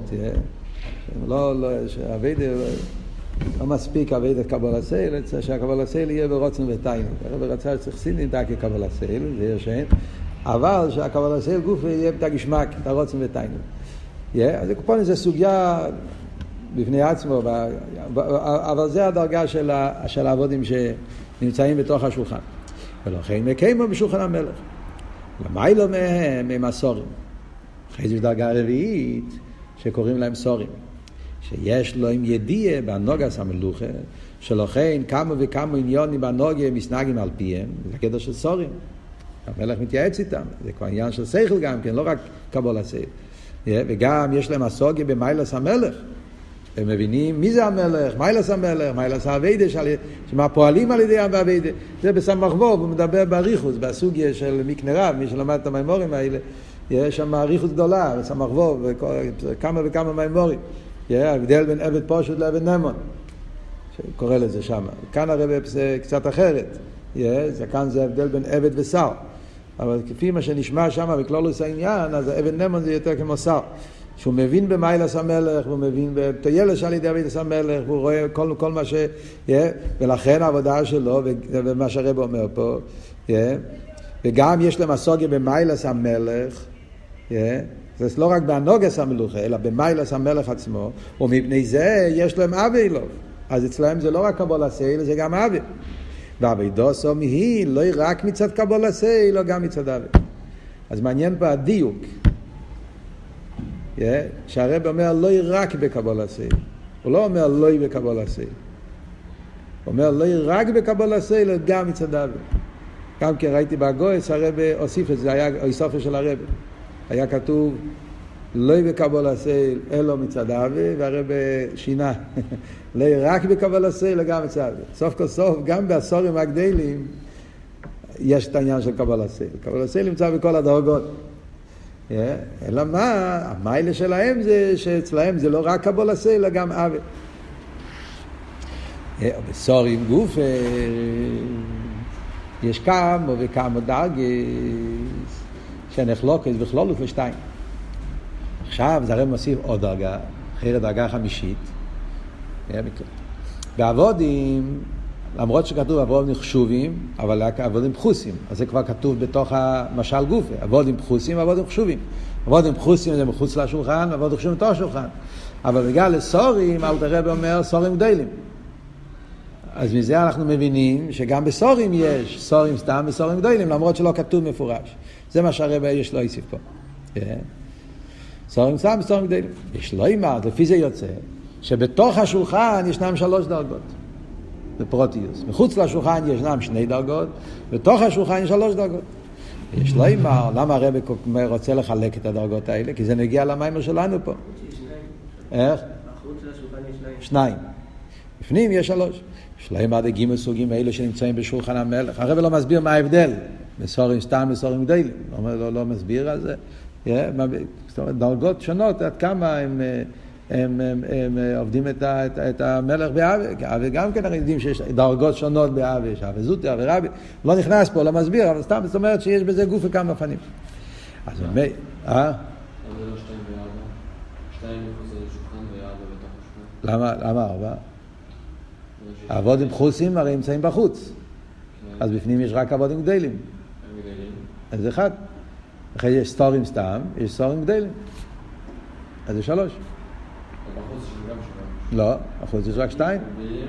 לא מספיק עבד את קבלה סייל, שהקבלה סייל יהיה ברוצן ותיינוק. הרב רצה שצריך סינים דקה קבלה סייל, זה יהיה שאין, אבל שהקבלה סייל גוף יהיה בתגשמק, את הרוצן ותיינוק. אז הקופון זה סוגיה בפני עצמו, אבל זה הדרגה של העבודים שנמצאים בתוך השולחן. ולכן מקיימו בשולחן המלך. למיילו מהם הם הסורים. אחרי זה דרגה רביעית שקוראים להם סורים. שיש לו עם ידיעה בנוגס המלוכה, שלכן כמה וכמה עניונים בנוגה מסנגים על פיהם, זה הקטע של סורים. המלך מתייעץ איתם, זה כבר עניין של שכל גם כן, לא רק קבלה סייל. וגם יש להם הסוגיה במיילס המלך. הם מבינים מי זה המלך, מיילס המלך, מיילס העבדה, שמה פועלים על ידי העבדה. זה בסמ"ך וו, הוא מדבר באריכוס, בסוגיה של מקנה רב, מי שלמד את המימורים האלה, יש שם אריכוס גדולה, בסמ"ך וו, כמה וכמה מימורים. ההבדל בין עבד פשוט לעבד נאמן, שקורא לזה שם. כאן הרב זה קצת אחרת, כאן זה הבדל בין עבד ושר. אבל כפי מה שנשמע שם בכלולוס העניין, אז עבד נאמן זה יותר כמו שר. שהוא מבין במיילס המלך, והוא מבין בטיילש על ידי עבודת המלך, והוא רואה כל מה ולכן העבודה שלו, ומה שהרב אומר פה, וגם יש להם הסוגיה במיילס המלך, זה לא רק בהנוגס המלוכה, אלא במיילס המלך עצמו, ומפני זה יש להם אבי לו. אז אצלהם זה לא רק קבלה סייל, זה גם אבי. והעבודתו היא לא רק מצד קבלה סייל, אלא גם מצד אבי. אז מעניין פה הדיוק. שהרב אומר לא רק בקבלה סייל. הוא לא אומר לא בקבלה סייל. הוא אומר לא רק בקבלה סייל, אלא גם מצד אבי. גם כי ראיתי בהגויס, הרב הוסיף את זה, היה איסופר של הרב. היה כתוב לא בקבלה סייל, אלא מצד אבי, והרב שינה. לא רק בקבלה סייל, אלא גם מצד אבי. סוף כל סוף, גם בעשורים הגדלים, יש את העניין של קבלה סייל. קבלה סייל נמצא בכל הדרגות. אלא מה? המיילה שלהם זה שאצלהם זה לא רק קבלה סייל, אלא גם אבי. בסורים גוף יש כמה וכמה דרגות שנחלוקת בכללות לשתיים. עכשיו זה הרי מוסיף עוד דרגה, אחרת דרגה חמישית. בעבודים, למרות שכתוב עבודים חשובים, אבל עבודים פחוסים, אז זה כבר כתוב בתוך המשל גופה, עבודים פחוסים ועבודים חשובים. עבודים פחוסים זה מחוץ לשולחן, עבודים חשובים בתוך השולחן. אבל בגלל לסורים, אל תראה אומר סורים גדלים. אז מזה אנחנו מבינים שגם בסורים יש סורים סתם וסורים גדולים, למרות שלא כתוב מפורש. זה מה שהרבא יש לו יוסיף פה. סורים סתם וסורים גדולים. יש לו אימר, לפי זה יוצא, שבתוך השולחן ישנם 3 דרגות. בפרוטיוס. מחוץ לשולחן ישנם 2 דרגות, בתוך השולחן יש 3 דרגות. יש לו אימר, למה הרבא רוצה לחלק את הדרגות האלה? כי זה נגיע למיימר שלנו פה. איך? בחוץ לשולחן יש 2. בפנים יש 3. שלהם עד הגימל סוגים האלה שנמצאים בשולחן המלך. הרב לא מסביר מה ההבדל. בסורים סתם וסורים גדלים. לא מסביר על זה. דרגות שונות, עד כמה הם עובדים את המלך באבי. וגם כן אנחנו יודעים שיש דרגות שונות באבי. יש אבי זוטי, אבי רבי. לא נכנס פה, לא מסביר, אבל סתם זאת אומרת שיש בזה גוף וכמה פנים. אז הוא אומר, זה לא 2 ו-4? 2 מחוץ לשולחן ו-4 בתוך השולחן? למה 4? העבודים פחוסים הרי נמצאים בחוץ. אז בפנים יש רק עבודים גדלים. אז 1. אחרי יש סתורים סתם, יש סתורים גדלים. אז זה 3. בחוץ יש גם 7. לא, בחוץ יש רק 2.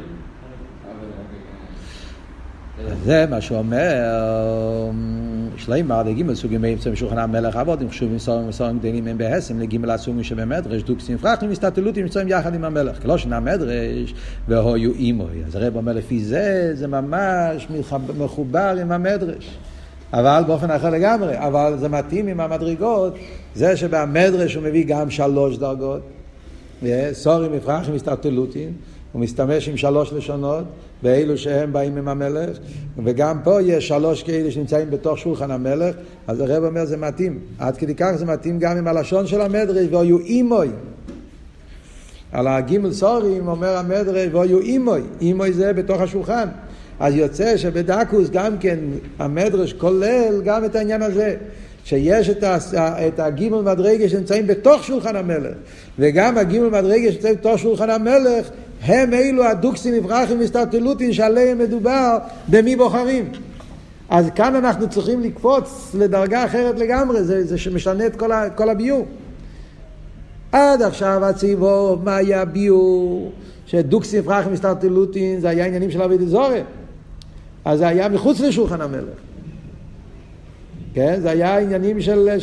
זה מה שאומר שלמה דגימל סוגים מאמצע משולחן המלך עבוד עם חשובים סורים גדלים הם בהסם לגימל הסוגים שבמדרש דוקסים פרחים הסתתלות נמצאים יחד עם המלך כלא שנה מדרש והיו אימוי. אז הרב אומר לפי זה ממש מחובר עם המדרש אבל באופן אחר לגמרי, אבל זה מתאים עם המדרגות זה שבמדרש הוא מביא גם 3 דרגות סורים מפרחים הסתתלותין הוא מסתמש עם 3 לשונות באלו שהם באים עם המלך וגם פה יש 3 כאלה שנמצאים בתוך שולחן המלך אז הרב אומר זה מתאים עד כדי כך זה מתאים גם עם הלשון של המדרש והיו אימוי על הגימל סורים אומר המדרש והיו אימוי אימוי זה בתוך השולחן אז יוצא שבדקוס גם כן המדרש כולל גם את העניין הזה שיש את הגימל מדרגה שנמצאים בתוך שולחן המלך וגם הגימל מדרגה שנמצאים בתוך שולחן המלך הם אלו הדוקסים נברחים מסתתלותין שעליהם מדובר במי בוחרים. אז כאן אנחנו צריכים לקפוץ לדרגה אחרת לגמרי, זה שמשנה את כל הביור. עד עכשיו הציבור, מה היה ביור? שדוקסים נברחים מסתתלותין זה היה עניינים של עבודת זרה. אז זה היה מחוץ לשולחן המלך. כן? זה היה עניינים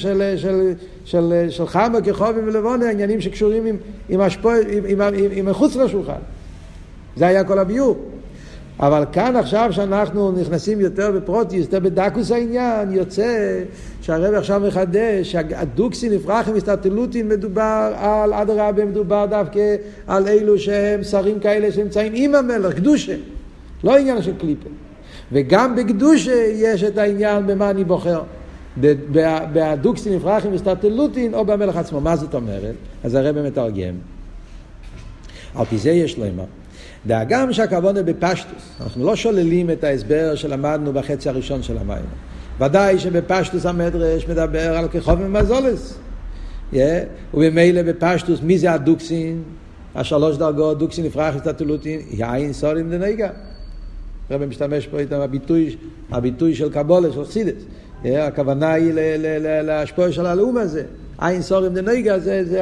של חמה כחובים ולבונה, עניינים שקשורים עם מחוץ לשולחן. זה היה כל הביור. אבל כאן עכשיו שאנחנו נכנסים יותר בפרוטיס, יותר בדקוס העניין, יוצא שהרב עכשיו מחדש, שהדוקסי נפרחים הסתתלותין מדובר על אדרבה, מדובר דווקא על אלו שהם שרים כאלה שנמצאים עם המלך, קדושה. לא עניין של קליפה. וגם בקדושה יש את העניין במה אני בוחר. בהדוקסי נפרחים הסתתלותין או במלך עצמו. מה זאת אומרת? אז הרב מתרגם. על פי זה יש לו אמר. דאגם שהכוונה בפשטוס. אנחנו לא שוללים את ההסבר שלמדנו בחצי הראשון של המים. ודאי שבפשטוס המדרש מדבר על כחוב ומזולס. ובמילא בפשטוס מי זה הדוקסין? 3 דרגות, דוקסין נפרח הסתתלותין, יין סורים דנגה. הרב משתמש פה איתם הביטוי של קבולה, של חסידס. הכוונה היא להשפוע של הלאום הזה. עין סורים דנגה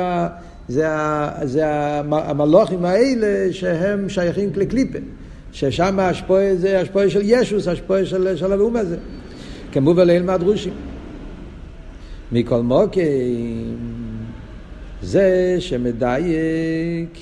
זה המלוכים האלה שהם שייכים לקליפה. ששם השפוע זה השפוע של ישוס, השפוע של הלאום הזה. כמו בליל מהדרושים. מכל מוקים זה שמדייק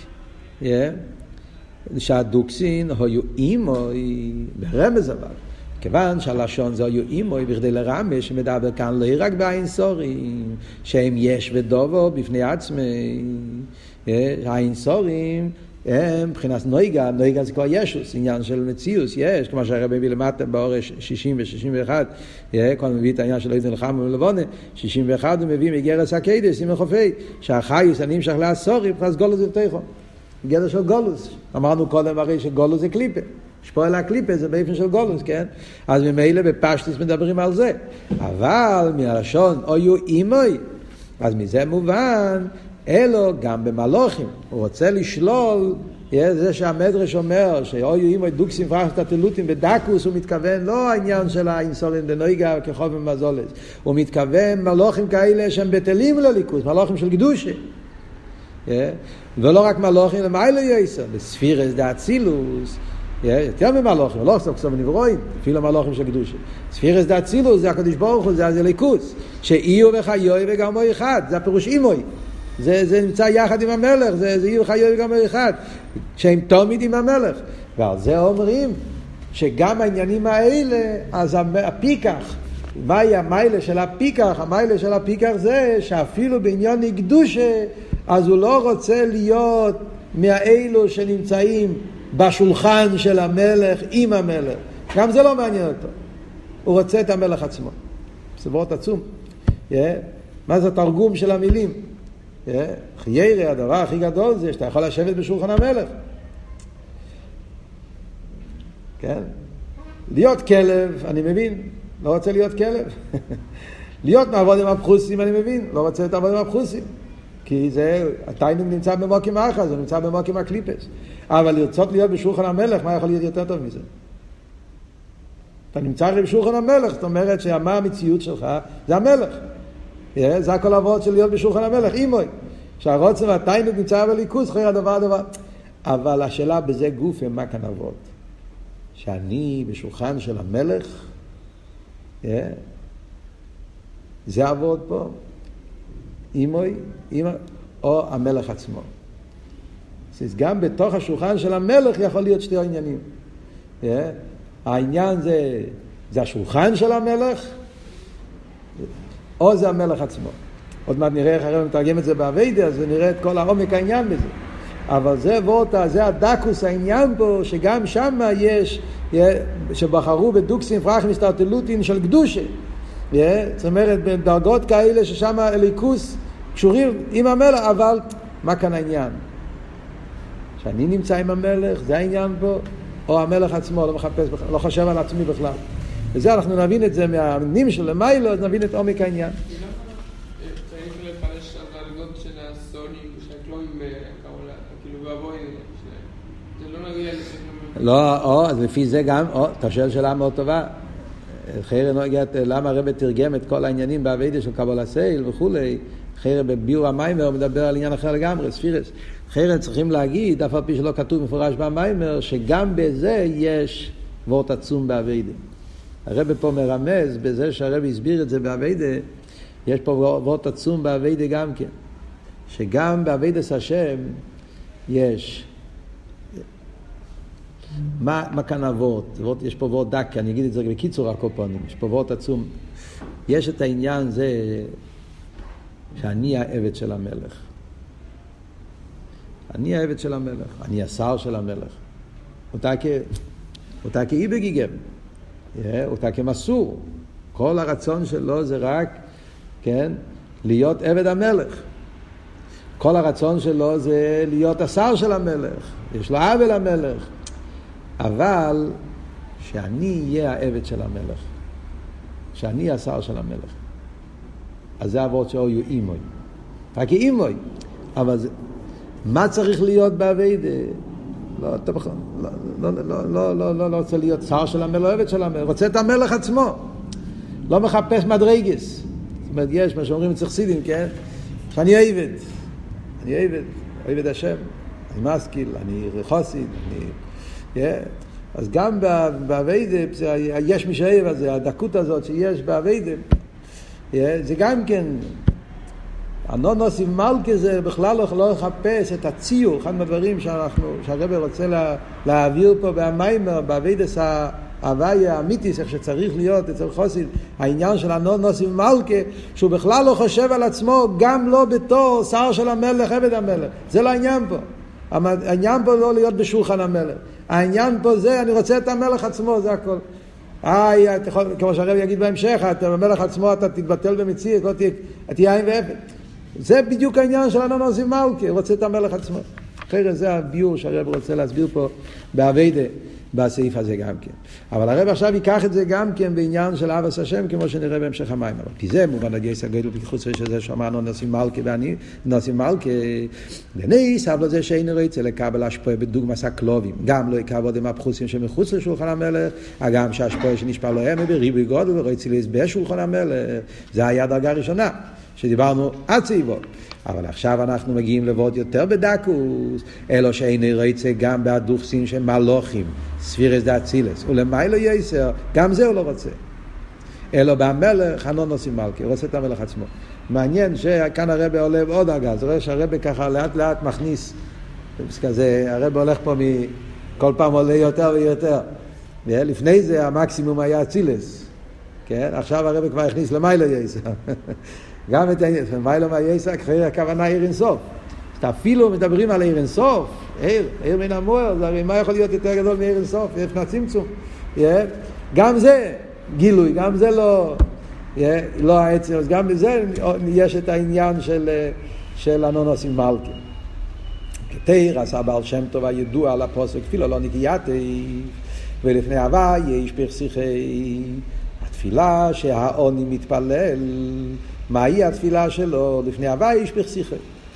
שהדוקסין היו אימוי ברמז אבל כיוון שהלשון זה היו אימוי בכדי לרמז שמדבר כאן לא רק בעין סורים שהם יש ודובו בפני עצמי העין סורים הם מבחינת נויגה, נויגה זה כבר ישוס, עניין של מציאוס, יש, כמו שהרב מביא למטה באורש 60 ו-61, כל מביא את העניין של איתן לחם ולבונה, 61 הוא מביא מגרס הקדש, סימן חופי, שהחיוס הנמשך לעשורים, פרס גולוס זה תיכון, גדר של גולוס, אמרנו קודם הרי שגולוס זה קליפה, שפועל הקליפה זה באופן של גולוס, כן? אז ממילא בפשטוס מדברים על זה, אבל מהלשון אויו אימוי, אז מזה מובן, אלו גם במלוכים, הוא רוצה לשלול, זה שהמדרש אומר, שאויו אימוי דוקסים פרח הסתתלותין בדקוס, הוא מתכוון לא העניין של האינסולין דנויגה כחוב ומזולס, הוא מתכוון מלוכים כאלה שהם בטלים לליכוס, מלוכים של קדושה. ולא רק מלוכים למעלה יסר, בספירס דאצילוס, יותר ממלוכים, לא סוף סוף נברואים, אפילו מלוכים של קדושה. ספירס דאצילוס זה הקדוש ברוך הוא, זה הליכוס, שאיו וחיוי וגם הוא אחד, זה הפירוש אימוי. זה נמצא יחד עם המלך, זה איו וחיוי וגם הוא אחד, שהם תמיד עם המלך. ועל זה אומרים שגם העניינים האלה, אז הפיקח, מהי המיילה של הפיקח? המיילה של הפיקח זה שאפילו בעניין קדושה, אז הוא לא רוצה להיות מהאלו שנמצאים בשולחן של המלך עם המלך. גם זה לא מעניין אותו. הוא רוצה את המלך עצמו. סברות עצום. מה זה התרגום של המילים? חיירי, הדבר הכי גדול זה שאתה יכול לשבת בשולחן המלך. כן? להיות כלב, אני מבין. לא רוצה להיות כלב. להיות מעבוד עם הבחוסים, אני מבין. לא רוצה להיות מעבוד עם הבחוסים. כי זה, התיינוג נמצא במוקים האחר, זה נמצא במוקים הקליפס. אבל לרצות להיות בשולחן המלך, מה יכול להיות יותר טוב מזה? אתה נמצא בשולחן המלך, זאת אומרת שמה המציאות שלך? זה המלך. זה הכל עבוד של להיות בשולחן המלך, אימוי. שהרוצן והתיינוק נמצא בליכוז, חיר הדבר. אבל השאלה בזה גוף, מה כאן עבוד? שאני בשולחן של המלך, זה עבוד פה, אימוי, או המלך עצמו. אז גם בתוך השולחן של המלך יכול להיות שתי עניינים. העניין זה השולחן של המלך, או זה המלך עצמו. עוד מעט נראה איך הרב מתרגם את זה בעבודה, אז נראה את כל העומק העניין בזה. אבל זה הדקוס העניין פה, שגם שם יש, שבחרו בדוקסים פרחים הסתרטלותין של קדושה. זאת אומרת, בדרגות כאלה ששם הליכוס קשורים עם המלך, אבל מה כאן העניין? שאני נמצא עם המלך, זה העניין פה, או המלך עצמו, לא מחפש בכלל, לא חושב על עצמי בכלל. וזה אנחנו נבין את זה מהעניינים של למיילו, אז נבין את עומק העניין. צריך לפרש על הדרגות של הסונים, של הכלום בקבלה, כאילו בעבוד, זה לא נגיע לזה. לא, אז לפי זה גם, אתה שואל שאלה מאוד טובה. חיירה נוגעת, למה הרב תרגם את כל העניינים בעבודה של קבלה סייל וכולי, חיירה בביור המיימר הוא מדבר על עניין אחר לגמרי, ספירס. חיירה צריכים להגיד, אף על פי שלא כתוב מפורש במיימר, שגם בזה יש וורט עצום בעבודה. הרב פה מרמז בזה שהרב הסביר את זה בעבודה, יש פה וורט עצום בעבודה גם כן. שגם בעבודת השם יש, מה כאן הוורט? יש פה וורט דק, אני אגיד את זה בקיצור הקופונים, יש פה וורט עצום. יש את העניין זה שאני העבד של המלך. אני העבד של המלך, אני השר של המלך. אותה כאי בגיגם, אותה כמסור. כל הרצון שלו זה רק, כן, להיות עבד המלך. כל הרצון שלו זה להיות השר של המלך. יש לו אב אל המלך. אבל שאני אהיה העבד של המלך. שאני השר של המלך. אז זה עבוד שאו יהיו אימוי. רק אימוי. אבל זה, מה צריך להיות בעבודה? לא רוצה להיות שר של המלך, לא עבד של המלך. רוצה את המלך עצמו. לא מחפש מדרגס. זאת אומרת, יש מה שאומרים אצל חסידים, כן? שאני עבד. אני עבד השם. אני משכיל, אני חסיד, אז גם בעבודה, יש מי שאוהב הזה, הדקות הזאת שיש בעבודה, זה גם כן, הנונוס עם מלכה זה בכלל לא לחפש את הציור, אחד מהדברים שהרב רוצה להעביר פה במיימר, בעבודה ההוויה האמיתית, איך שצריך להיות אצל חסיד, העניין של הנונוס עם מלכה, שהוא בכלל לא חושב על עצמו, גם לא בתור שר של המלך, עבד המלך, זה לא העניין פה. העניין פה לא להיות בשולחן המלך. העניין פה זה, אני רוצה את המלך עצמו, זה הכל. כמו שהרב יגיד בהמשך, המלך עצמו אתה תתבטל במציאות, לא תהיה עין ואפת. זה בדיוק העניין של הנונוס עם מלכה, הוא רוצה את המלך עצמו. אחרי זה הביור שהרב רוצה להסביר פה בעבודה, בסעיף הזה גם כן. אבל הרב עכשיו ייקח את זה גם כן בעניין של אהבת השם, כמו שנראה בהמשך המים. אבל כי זה מובן הגייס הגדול בחוץ שזה שאמרנו נוסעים מלכה ואני, נוסעים מלכה, לניס, אבל זה שאין רוצה לקבל השפועה בדוגמס הכלובים. גם לא יקבוד עם הפחוסים שמחוץ לשולחן המלך, גם שהשפועה שנשפע לו הם בריבוי גודל ורוצה להסביר שולחן המלך. זה היה דרגה ראשונה, שדיברנו עד סביבו. אבל עכשיו אנחנו מגיעים לבוד יותר בדקוס, אלו שאין רוצה גם בהדוכסים של מלוכים, ספירס דאצילס, ולמיילו יסר, גם זה הוא לא רוצה. אלו במלך, הנונוס עם מלכה, הוא רוצה את המלך עצמו. מעניין שכאן הרב עולה עוד אגב, זה רואה שהרב ככה לאט לאט מכניס, כזה, הרב הולך פה כל פעם עולה יותר ויותר. לפני זה המקסימום היה אצילס, כן? עכשיו הרב כבר הכניס למיילו יסר. גם את העניין, ומיילו מה יסק, חייר הכוונה עיר אינסוף. אפילו מדברים על עיר אינסוף, עיר מן המואר, זה הרי מה יכול להיות יותר גדול מעיר אינסוף, לפני הצמצום. גם זה גילוי, גם זה לא העצם, אז גם בזה יש את העניין של הנונוס עם מלכה. כתיר עשה בעל שם טוב הידוע על הפוסק, אפילו לא נקייתי, ולפני הווה יש פרסיכי, התפילה שהעוני מתפלל, מהי התפילה שלו? לפני הווה יש פרסיכי.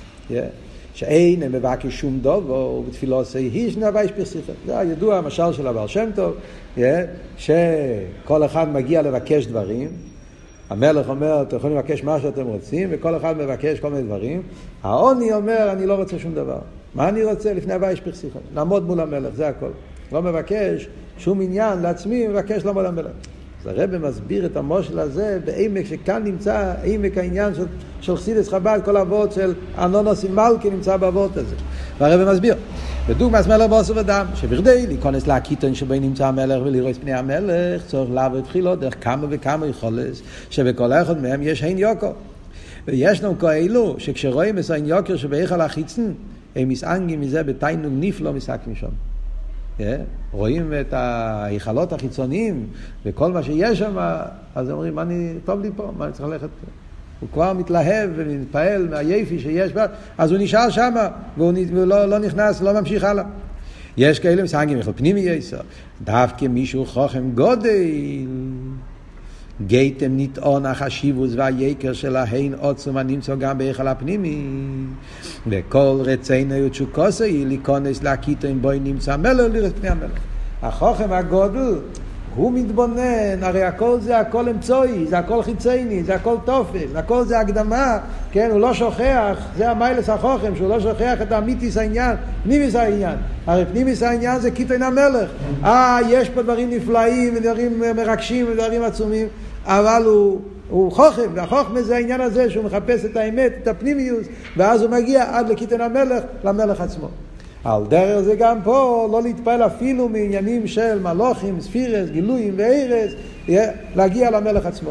שאין הם מבקש שום דובר, בתפילה עושה היש נווה יש פרסיכי. זה הידוע, המשל של הבעל שם טוב, שכל אחד מגיע לבקש דברים, המלך אומר, אתם יכולים לבקש מה שאתם רוצים, וכל אחד מבקש כל מיני דברים. העוני אומר, אני לא רוצה שום דבר. מה אני רוצה? לפני הבא יש פרסיכון. לעמוד מול המלך, זה הכל. לא מבקש שום עניין לעצמי, מבקש לעמוד המלך. אז הרב מסביר את המושל הזה בעמק שכאן נמצא, עמק העניין של חסידות חב"ד, כל אבות של אנונוס עם מלכי נמצא באבות הזה. והרב מסביר, בדוגמת מלך בוסר ודם, שבכדי להיכנס להקיטון שבו נמצא המלך ולראות פני המלך, צורך לעבור תחילו דרך כמה וכמה יכולת, שבכל אחד מהם יש הין יוקר. ויש לנו כאלו שכשרואים את הין יוקר שבהיכל החיצון, הם מסענגים מזה בתיינוג נפלא מסעקים שם. רואים את ההיכלות החיצוניים וכל מה שיש שם, אז אומרים, טוב לי פה, מה אני צריך ללכת פה? הוא כבר מתלהב ומתפעל מהיפי שיש בה, אז הוא נשאר שם והוא לא נכנס, לא ממשיך הלאה. יש כאלה מסענגים יכול פנימי יסר, דווקא מישהו חוכם גודל, גייתם נטעון החשיבוס והיקר שלהן עוצם הנמצא גם בהיכל הפנימי, וכל רצינו ותשוקוסי להיכנס להקיטון בו נמצא מלך לראות פני המלך. החוכם הגודל הוא מתבונן, הרי הכל זה הכל אמצעי, זה הכל חיצייני, זה הכל תופס, הכל זה הקדמה, כן, הוא לא שוכח, זה המיילס החוכם, שהוא לא שוכח את האמיתיס העניין, פנימיס העניין. הרי פנימיס העניין זה קיטון המלך. יש פה דברים נפלאים ודברים מרגשים ודברים עצומים, אבל הוא חוכם, והחוכם זה העניין הזה שהוא מחפש את האמת, את הפנימיוס, ואז הוא מגיע עד לקיטון המלך, למלך עצמו. על דרך זה גם פה, לא להתפעל אפילו מעניינים של מלוכים, ספירס, גילויים ואירס, להגיע למלך עצמו.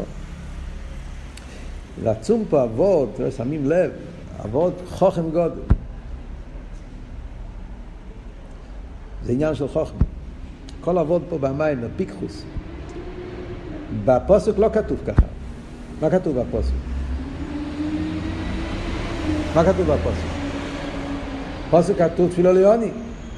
רצום פה אבות, שמים לב, אבות חוכם גודל. זה עניין של חוכם. כל אבות פה במים, בפיקחוס. בפוסק לא כתוב ככה. מה כתוב בפוסק? מה כתוב בפוסק? פוסק כתוב תפילו לעוני.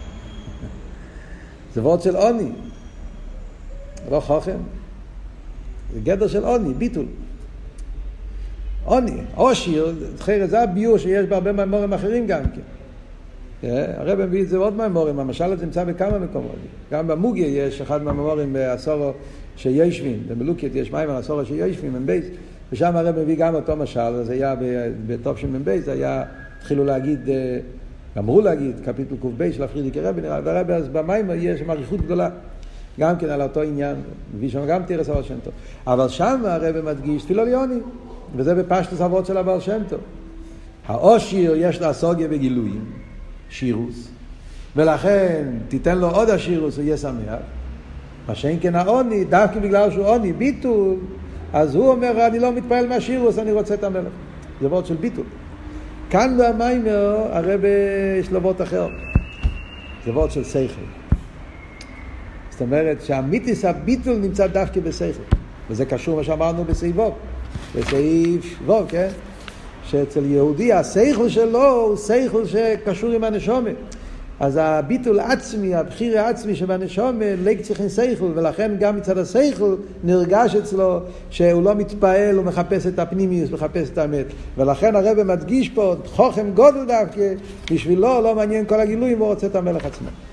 זה וורד של עוני. לא חוכם. זה גדר של עוני, ביטול. עוני, עושיר, זה הביור שיש בהרבה מאמורים אחרים גם כן. הרב מביא את זה עוד מאמורים, המשל הזה נמצא בכמה מקומות. גם במוגיה יש אחד מהמאמורים בעשורו שישבים, במלוקית יש מים על עשורו שישבים, מבייס, ושם הרב מביא גם אותו משל, זה היה בטוב של מבייס, זה היה, התחילו להגיד, גמרו להגיד, קפיטל ק"ב של הפרידיקי רבי נראה, והרבי אז במים יש מעריכות גדולה, גם כן על אותו עניין, מביא שם גם תירס הבעל שם טוב. אבל שם הרבי מדגיש תפילו לעוני, וזה בפשטוס אבות של הבעל שם טוב. העושיר יש לה סוגיה בגילויים, שירוס, ולכן תיתן לו עוד השירוס, הוא יהיה שמח. מה שאין כן העוני, דווקא בגלל שהוא עוני, ביטול, אז הוא אומר, אני לא מתפעל מהשירוס, אני רוצה את המלך. זה וורט של ביטול. כאן במיימר, הרב יש לו וורט אחר. זה וורט של שכל. זאת אומרת שהמיתיס הביטול נמצא דווקא בשכל. וזה קשור מה שאמרנו בסעיף ווב. בסעיף ווב, כן? שאצל יהודי השכל שלו הוא שכל שקשור עם הנשומה. אז הביטול עצמי, הבחיר העצמי שבנשומה, לג צריכים שכל, ולכן גם מצד השכל נרגש אצלו שהוא לא מתפעל, הוא מחפש את הפנימיוס, מחפש את האמת. ולכן הרב מדגיש פה חוכם גודל דווקא, בשבילו לא מעניין כל הגילויים, הוא רוצה את המלך עצמו.